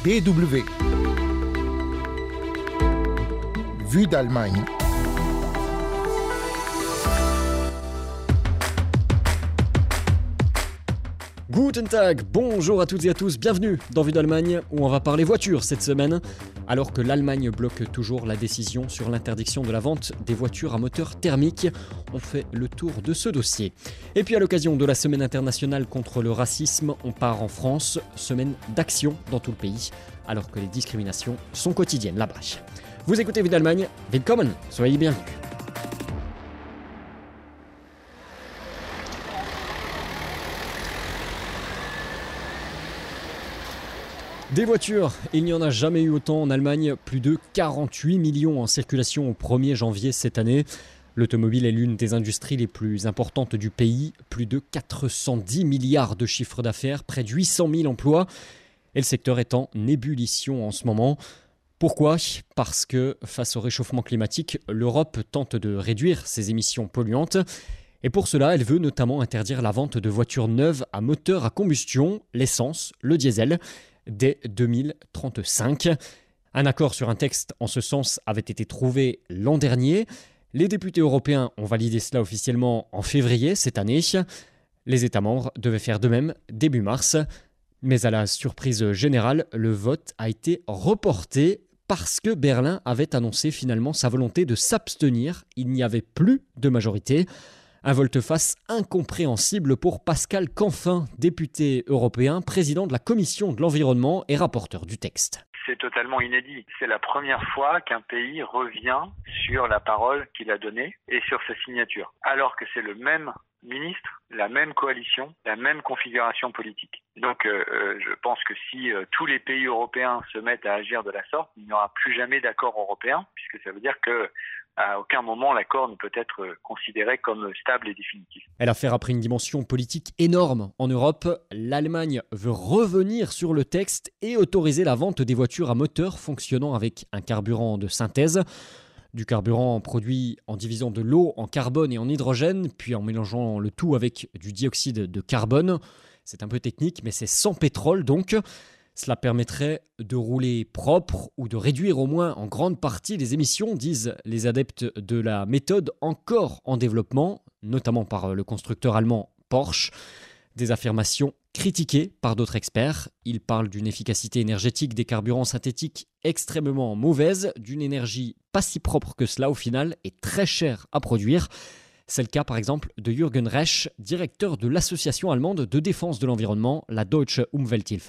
DW. Vue d'Allemagne. Guten Tag, bonjour à toutes et à tous, bienvenue dans Vue d'Allemagne où on va parler voitures cette semaine. Alors que l'Allemagne bloque toujours la décision sur l'interdiction de la vente des voitures à moteur thermique, on fait le tour de ce dossier. Et puis à l'occasion de la semaine internationale contre le racisme, on part en France, semaine d'action dans tout le pays, alors que les discriminations sont quotidiennes là-bas. Vous écoutez Vue d'Allemagne, willkommen, soyez bienvenus. Des voitures, il n'y en a jamais eu autant en Allemagne, plus de 48 millions en circulation au 1er janvier cette année. L'automobile est l'une des industries les plus importantes du pays, plus de 410 milliards de chiffre d'affaires, près de 800 000 emplois, et le secteur est en ébullition en ce moment. Pourquoi ? Parce que face au réchauffement climatique, l'Europe tente de réduire ses émissions polluantes. Et pour cela, elle veut notamment interdire la vente de voitures neuves à moteur à combustion, l'essence, le diesel, dès 2035. Un accord sur un texte en ce sens avait été trouvé l'an dernier. Les députés européens ont validé cela officiellement en février cette année. Les États membres devaient faire de même début mars. Mais à la surprise générale, le vote a été reporté parce que Berlin avait annoncé finalement sa volonté de s'abstenir. Il n'y avait plus de majorité. Un volte-face incompréhensible pour Pascal Canfin, député européen, président de la Commission de l'Environnement et rapporteur du texte. C'est totalement inédit. C'est la première fois qu'un pays revient sur la parole qu'il a donnée et sur sa signature, alors que c'est le même ministre, la même coalition, la même configuration politique. Donc je pense que si tous les pays européens se mettent à agir de la sorte, il n'y aura plus jamais d'accord européen, puisque ça veut dire que à aucun moment l'accord ne peut être considéré comme stable et définitif. Elle a fait après une dimension politique énorme en Europe. L'Allemagne veut revenir sur le texte et autoriser la vente des voitures à moteur fonctionnant avec un carburant de synthèse. Du carburant produit en divisant de l'eau en carbone et en hydrogène, puis en mélangeant le tout avec du dioxyde de carbone. C'est un peu technique, mais c'est sans pétrole donc. Cela permettrait de rouler propre ou de réduire au moins en grande partie les émissions, disent les adeptes de la méthode encore en développement, notamment par le constructeur allemand Porsche. Des affirmations critiquées par d'autres experts. Ils parlent d'une efficacité énergétique des carburants synthétiques extrêmement mauvaise, d'une énergie pas si propre que cela au final et très chère à produire. C'est le cas par exemple de Jürgen Resch, directeur de l'association allemande de défense de l'environnement, la Deutsche Umwelthilfe.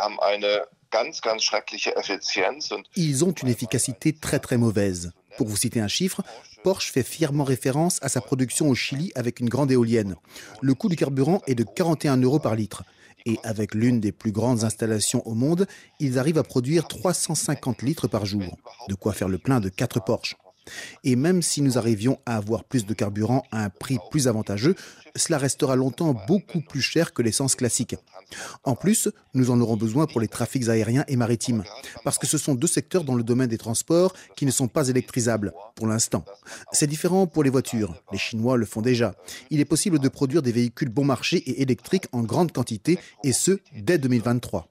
Ils ont une efficacité très très mauvaise. Pour vous citer un chiffre, Porsche fait fièrement référence à sa production au Chili avec une grande éolienne. Le coût du carburant est de 41 € par litre. Et avec l'une des plus grandes installations au monde, ils arrivent à produire 350 litres par jour. De quoi faire le plein de 4 Porsche. Et même si nous arrivions à avoir plus de carburant à un prix plus avantageux, cela restera longtemps beaucoup plus cher que l'essence classique. En plus, nous en aurons besoin pour les trafics aériens et maritimes, parce que ce sont deux secteurs dans le domaine des transports qui ne sont pas électrisables, pour l'instant. C'est différent pour les voitures, les Chinois le font déjà. Il est possible de produire des véhicules bon marché et électriques en grande quantité, et ce, dès 2023.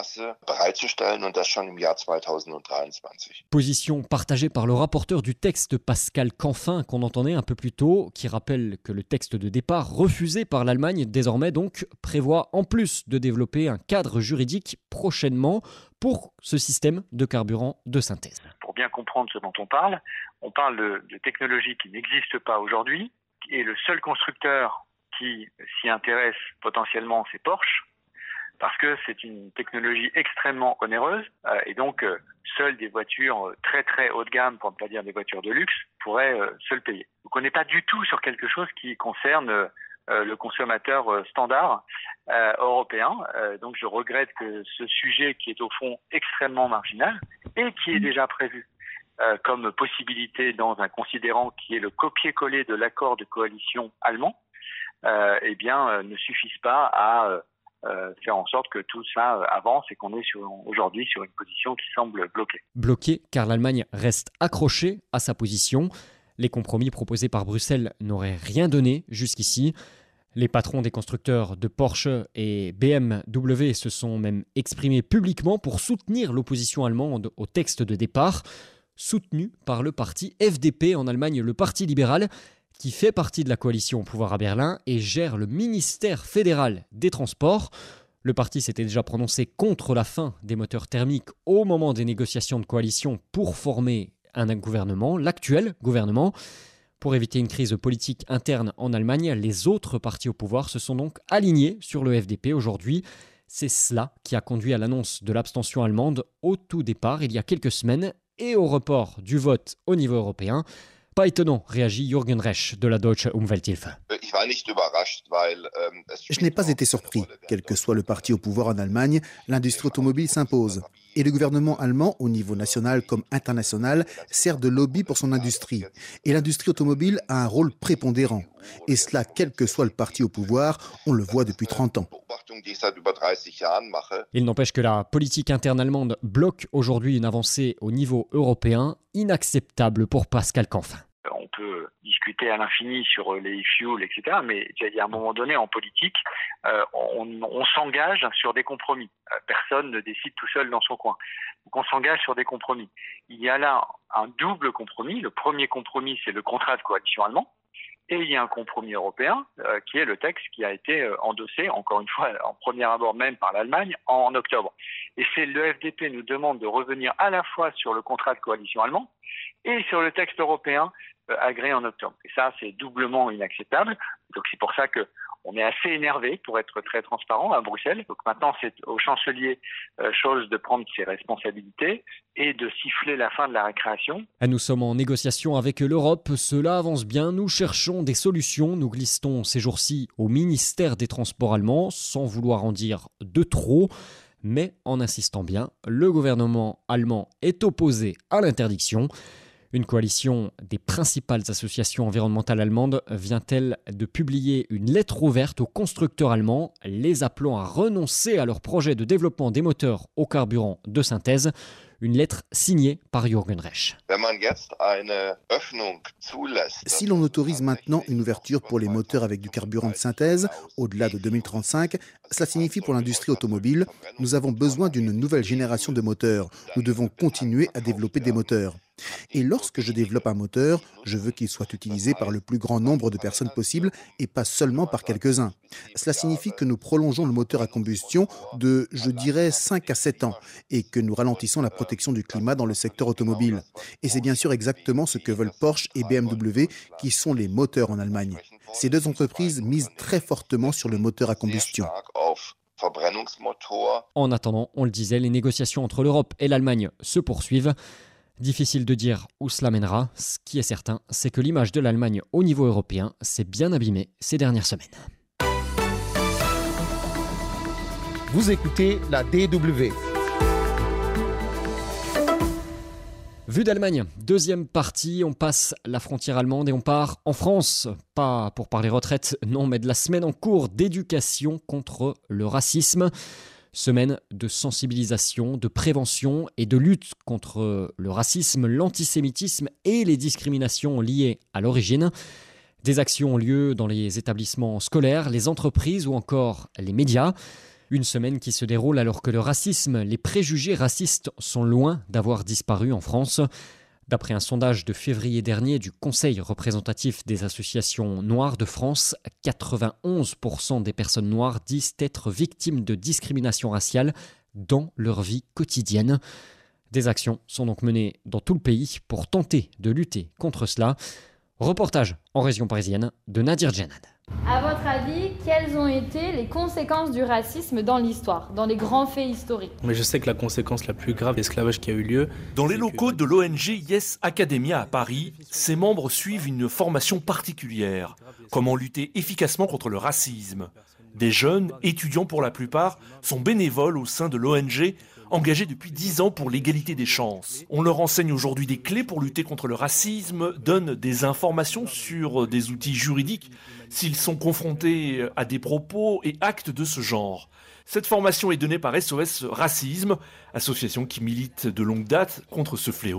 Position partagée par le rapporteur du texte Pascal Canfin qu'on entendait un peu plus tôt, qui rappelle que le texte de départ refusé par l'Allemagne désormais donc prévoit en plus de développer un cadre juridique prochainement pour ce système de carburant de synthèse. Pour bien comprendre ce dont on parle de technologies qui n'existent pas aujourd'hui et le seul constructeur qui s'y intéresse potentiellement c'est Porsche, parce que c'est une technologie extrêmement onéreuse et donc seules des voitures très très haut de gamme, pour ne pas dire des voitures de luxe, pourraient se le payer. Donc on n'est pas du tout sur quelque chose qui concerne le consommateur standard européen. Donc je regrette que ce sujet qui est au fond extrêmement marginal et qui est déjà prévu comme possibilité dans un considérant qui est le copier-coller de l'accord de coalition allemand, ne suffise pas à faire en sorte que tout ça avance et qu'on est aujourd'hui sur une position qui semble bloquée. Bloquée car l'Allemagne reste accrochée à sa position. Les compromis proposés par Bruxelles n'auraient rien donné jusqu'ici. Les patrons des constructeurs de Porsche et BMW se sont même exprimés publiquement pour soutenir l'opposition allemande au texte de départ, soutenu par le parti FDP en Allemagne, le parti libéral, qui fait partie de la coalition au pouvoir à Berlin et gère le ministère fédéral des Transports. Le parti s'était déjà prononcé contre la fin des moteurs thermiques au moment des négociations de coalition pour former un gouvernement, l'actuel gouvernement. Pour éviter une crise politique interne en Allemagne, les autres partis au pouvoir se sont donc alignés sur le FDP aujourd'hui. C'est cela qui a conduit à l'annonce de l'abstention allemande au tout départ, il y a quelques semaines, et au report du vote au niveau européen. Pas étonnant, réagit Jürgen Resch de la Deutsche Umwelthilfe. Je n'ai pas été surpris. Quel que soit le parti au pouvoir en Allemagne, l'industrie automobile s'impose. Et le gouvernement allemand, au niveau national comme international, sert de lobby pour son industrie. Et l'industrie automobile a un rôle prépondérant. Et cela, quel que soit le parti au pouvoir, on le voit depuis 30 ans. Il n'empêche que la politique interne allemande bloque aujourd'hui une avancée au niveau européen, inacceptable pour Pascal Canfin. On peut discuter à l'infini sur les fuels, etc. Mais il y a un moment donné en politique, on s'engage sur des compromis. Personne ne décide tout seul dans son coin. Donc on s'engage sur des compromis. Il y a là un double compromis. Le premier compromis, c'est le contrat de coalition allemand. Et il y a un compromis européen qui est le texte qui a été endossé, encore une fois, en premier abord même par l'Allemagne, en octobre. Et le FDP nous demande de revenir à la fois sur le contrat de coalition allemand et sur le texte européen agréé en octobre. Et ça, c'est doublement inacceptable. Donc c'est pour ça qu'on est assez énervé, pour être très transparent, à Bruxelles. Donc maintenant, c'est au chancelier Scholz de prendre ses responsabilités et de siffler la fin de la récréation. Nous sommes en négociation avec l'Europe, cela avance bien, nous cherchons des solutions, nous glissons ces jours-ci au ministère des Transports allemand, sans vouloir en dire de trop, mais en insistant bien, le gouvernement allemand est opposé à l'interdiction. Une coalition des principales associations environnementales allemandes vient-elle de publier une lettre ouverte aux constructeurs allemands, les appelant à renoncer à leur projet de développement des moteurs au carburant de synthèse. Une lettre signée par Jürgen Resch. Si l'on autorise maintenant une ouverture pour les moteurs avec du carburant de synthèse, au-delà de 2035, cela signifie pour l'industrie automobile, nous avons besoin d'une nouvelle génération de moteurs. Nous devons continuer à développer des moteurs. Et lorsque je développe un moteur, je veux qu'il soit utilisé par le plus grand nombre de personnes possible et pas seulement par quelques-uns. Cela signifie que nous prolongeons le moteur à combustion de, je dirais, 5 à 7 ans et que nous ralentissons la protection du climat dans le secteur automobile. Et c'est bien sûr exactement ce que veulent Porsche et BMW qui sont les moteurs en Allemagne. Ces deux entreprises misent très fortement sur le moteur à combustion. En attendant, on le disait, les négociations entre l'Europe et l'Allemagne se poursuivent. Difficile de dire où cela mènera. Ce qui est certain, c'est que l'image de l'Allemagne au niveau européen s'est bien abîmée ces dernières semaines. Vous écoutez la DW. Vue d'Allemagne, deuxième partie, on passe la frontière allemande et on part en France. Pas pour parler retraite, non, mais de la semaine en cours d'éducation contre le racisme. Semaine de sensibilisation, de prévention et de lutte contre le racisme, l'antisémitisme et les discriminations liées à l'origine. Des actions ont lieu dans les établissements scolaires, les entreprises ou encore les médias. Une semaine qui se déroule alors que le racisme, les préjugés racistes sont loin d'avoir disparu en France. D'après un sondage de février dernier du Conseil représentatif des associations noires de France, 91% des personnes noires disent être victimes de discrimination raciale dans leur vie quotidienne. Des actions sont donc menées dans tout le pays pour tenter de lutter contre cela. Reportage en région parisienne de Nadir Djenad. À votre avis, quelles ont été les conséquences du racisme dans l'histoire, dans les grands faits historiques ? Mais je sais que la conséquence la plus grave, l'esclavage qui a eu lieu... Dans les locaux de l'ONG Yes Academia à Paris, ses membres suivent une formation particulière. Comment lutter efficacement contre le racisme. Des jeunes, étudiants pour la plupart, sont bénévoles au sein de l'ONG, engagés depuis 10 ans pour l'égalité des chances. On leur enseigne aujourd'hui des clés pour lutter contre le racisme, donne des informations sur des outils juridiques s'ils sont confrontés à des propos et actes de ce genre. Cette formation est donnée par SOS Racisme, association qui milite de longue date contre ce fléau.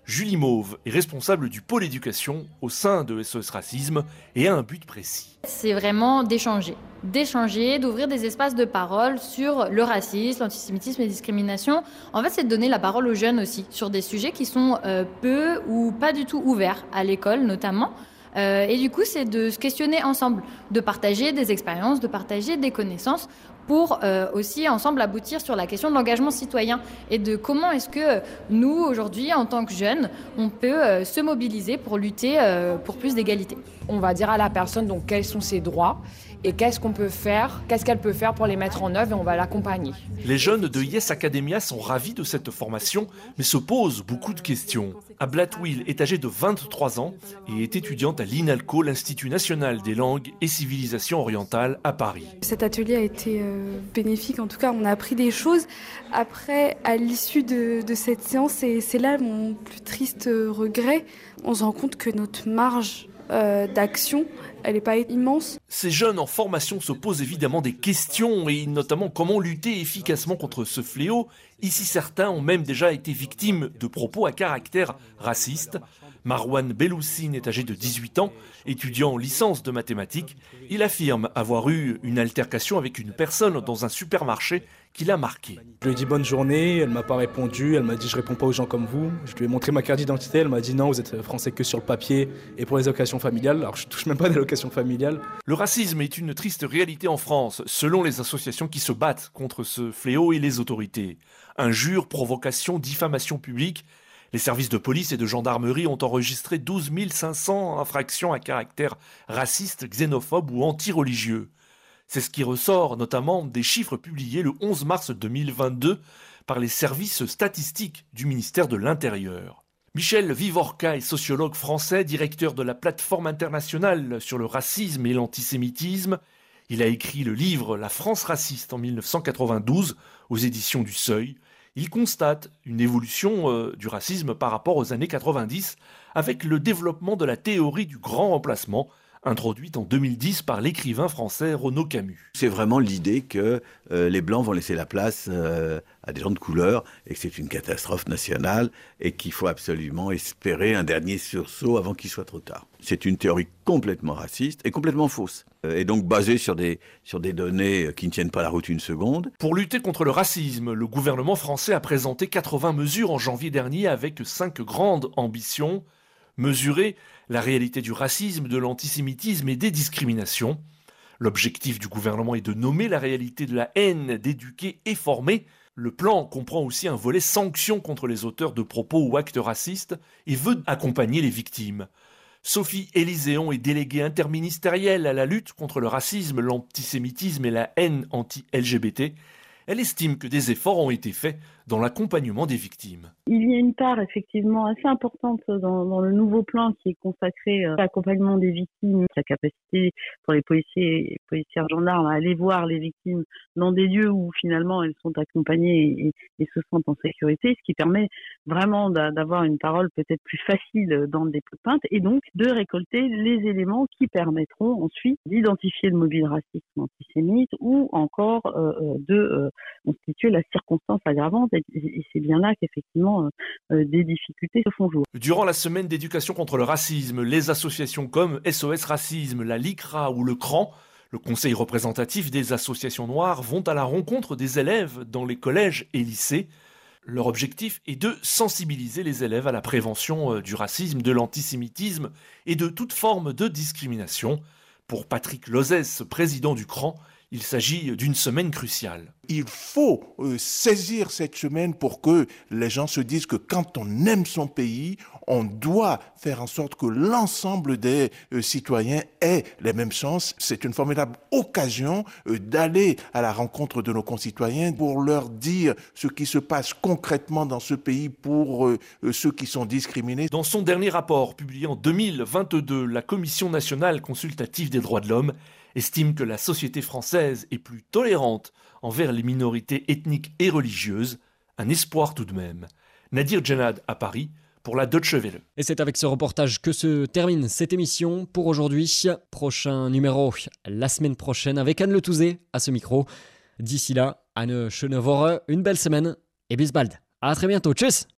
Julie Mauve est responsable du pôle éducation au sein de SOS Racisme et a un but précis. C'est vraiment d'échanger, d'ouvrir des espaces de parole sur le racisme, l'antisémitisme et la discrimination. En fait, c'est de donner la parole aux jeunes aussi sur des sujets qui sont peu ou pas du tout ouverts à l'école notamment. Et du coup, c'est de se questionner ensemble, de partager des expériences, de partager des connaissances pour aussi ensemble aboutir sur la question de l'engagement citoyen et de comment est-ce que nous, aujourd'hui, en tant que jeunes, on peut se mobiliser pour lutter pour plus d'égalité. On va dire à la personne donc quels sont ses droits et qu'est-ce qu'elle peut faire pour les mettre en œuvre et on va l'accompagner. Les jeunes de Yes Academia sont ravis de cette formation, mais se posent beaucoup de questions. Ablat Will est âgée de 23 ans et est étudiante à l'INALCO, l'Institut national des langues et civilisations orientales à Paris. Cet atelier a été bénéfique, en tout cas on a appris des choses. Après, à l'issue de cette séance, et c'est là mon plus triste regret, on se rend compte que notre marge d'action, elle n'est pas immense. Ces jeunes en formation se posent évidemment des questions et notamment comment lutter efficacement contre ce fléau. Ici, certains ont même déjà été victimes de propos à caractère raciste. Marwan Belloussine est âgé de 18 ans, étudiant en licence de mathématiques. Il affirme avoir eu une altercation avec une personne dans un supermarché qui l'a marqué. Je lui ai dit bonne journée, elle m'a pas répondu, elle m'a dit je réponds pas aux gens comme vous. Je lui ai montré ma carte d'identité, elle m'a dit non, vous êtes français que sur le papier et pour les allocations familiales. Alors je touche même pas d'allocations familiales. Le racisme est une triste réalité en France, selon les associations qui se battent contre ce fléau et les autorités. Injures, provocations, diffamation publique. Les services de police et de gendarmerie ont enregistré 12 500 infractions à caractère raciste, xénophobe ou anti-religieux. C'est ce qui ressort notamment des chiffres publiés le 11 mars 2022 par les services statistiques du ministère de l'Intérieur. Michel Vivorca est sociologue français, directeur de la plateforme internationale sur le racisme et l'antisémitisme. Il a écrit le livre « La France raciste » en 1992 aux éditions du Seuil. Il constate une évolution du racisme par rapport aux années 90 avec le développement de la théorie du grand remplacement introduite en 2010 par l'écrivain français Renaud Camus. C'est vraiment l'idée que les Blancs vont laisser la place à des gens de couleur et que c'est une catastrophe nationale et qu'il faut absolument espérer un dernier sursaut avant qu'il soit trop tard. C'est une théorie complètement raciste et complètement fausse et donc basée sur des données qui ne tiennent pas la route une seconde. Pour lutter contre le racisme, le gouvernement français a présenté 80 mesures en janvier dernier avec 5 grandes ambitions. Mesurer la réalité du racisme, de l'antisémitisme et des discriminations. L'objectif du gouvernement est de nommer la réalité de la haine, d'éduquer et former. Le plan comprend aussi un volet sanctions contre les auteurs de propos ou actes racistes et veut accompagner les victimes. Sophie Élyséon est déléguée interministérielle à la lutte contre le racisme, l'antisémitisme et la haine anti-LGBT. Elle estime que des efforts ont été faits dans l'accompagnement des victimes. Il y a une part effectivement assez importante dans le nouveau plan qui est consacré à l'accompagnement des victimes, la capacité pour les policiers et gendarmes à aller voir les victimes dans des lieux où finalement elles sont accompagnées et se sentent en sécurité, ce qui permet vraiment d'avoir une parole peut-être plus facile dans le dépôt de plainte et donc de récolter les éléments qui permettront ensuite d'identifier le mobile racisme antisémite ou encore de constituer la circonstance aggravante. Et c'est bien là qu'effectivement des difficultés se font jour. Durant la semaine d'éducation contre le racisme, les associations comme SOS Racisme, la LICRA ou le CRAN, le Conseil représentatif des associations noires, vont à la rencontre des élèves dans les collèges et lycées. Leur objectif est de sensibiliser les élèves à la prévention du racisme, de l'antisémitisme et de toute forme de discrimination. Pour Patrick Lozès, président du CRAN, il s'agit d'une semaine cruciale. Il faut saisir cette semaine pour que les gens se disent que quand on aime son pays, on doit faire en sorte que l'ensemble des citoyens aient les mêmes chances. C'est une formidable occasion d'aller à la rencontre de nos concitoyens pour leur dire ce qui se passe concrètement dans ce pays pour ceux qui sont discriminés. Dans son dernier rapport publié en 2022, la Commission nationale consultative des droits de l'homme estime que la société française est plus tolérante envers les minorités ethniques et religieuses. Un espoir tout de même. Nadir Djenad à Paris pour la Deutsche Welle. Et c'est avec ce reportage que se termine cette émission pour aujourd'hui. Prochain numéro la semaine prochaine avec Anne Le Touzé à ce micro. D'ici là, Anne Schöne Woche, une belle semaine et bis bald. À très bientôt. Tchuss.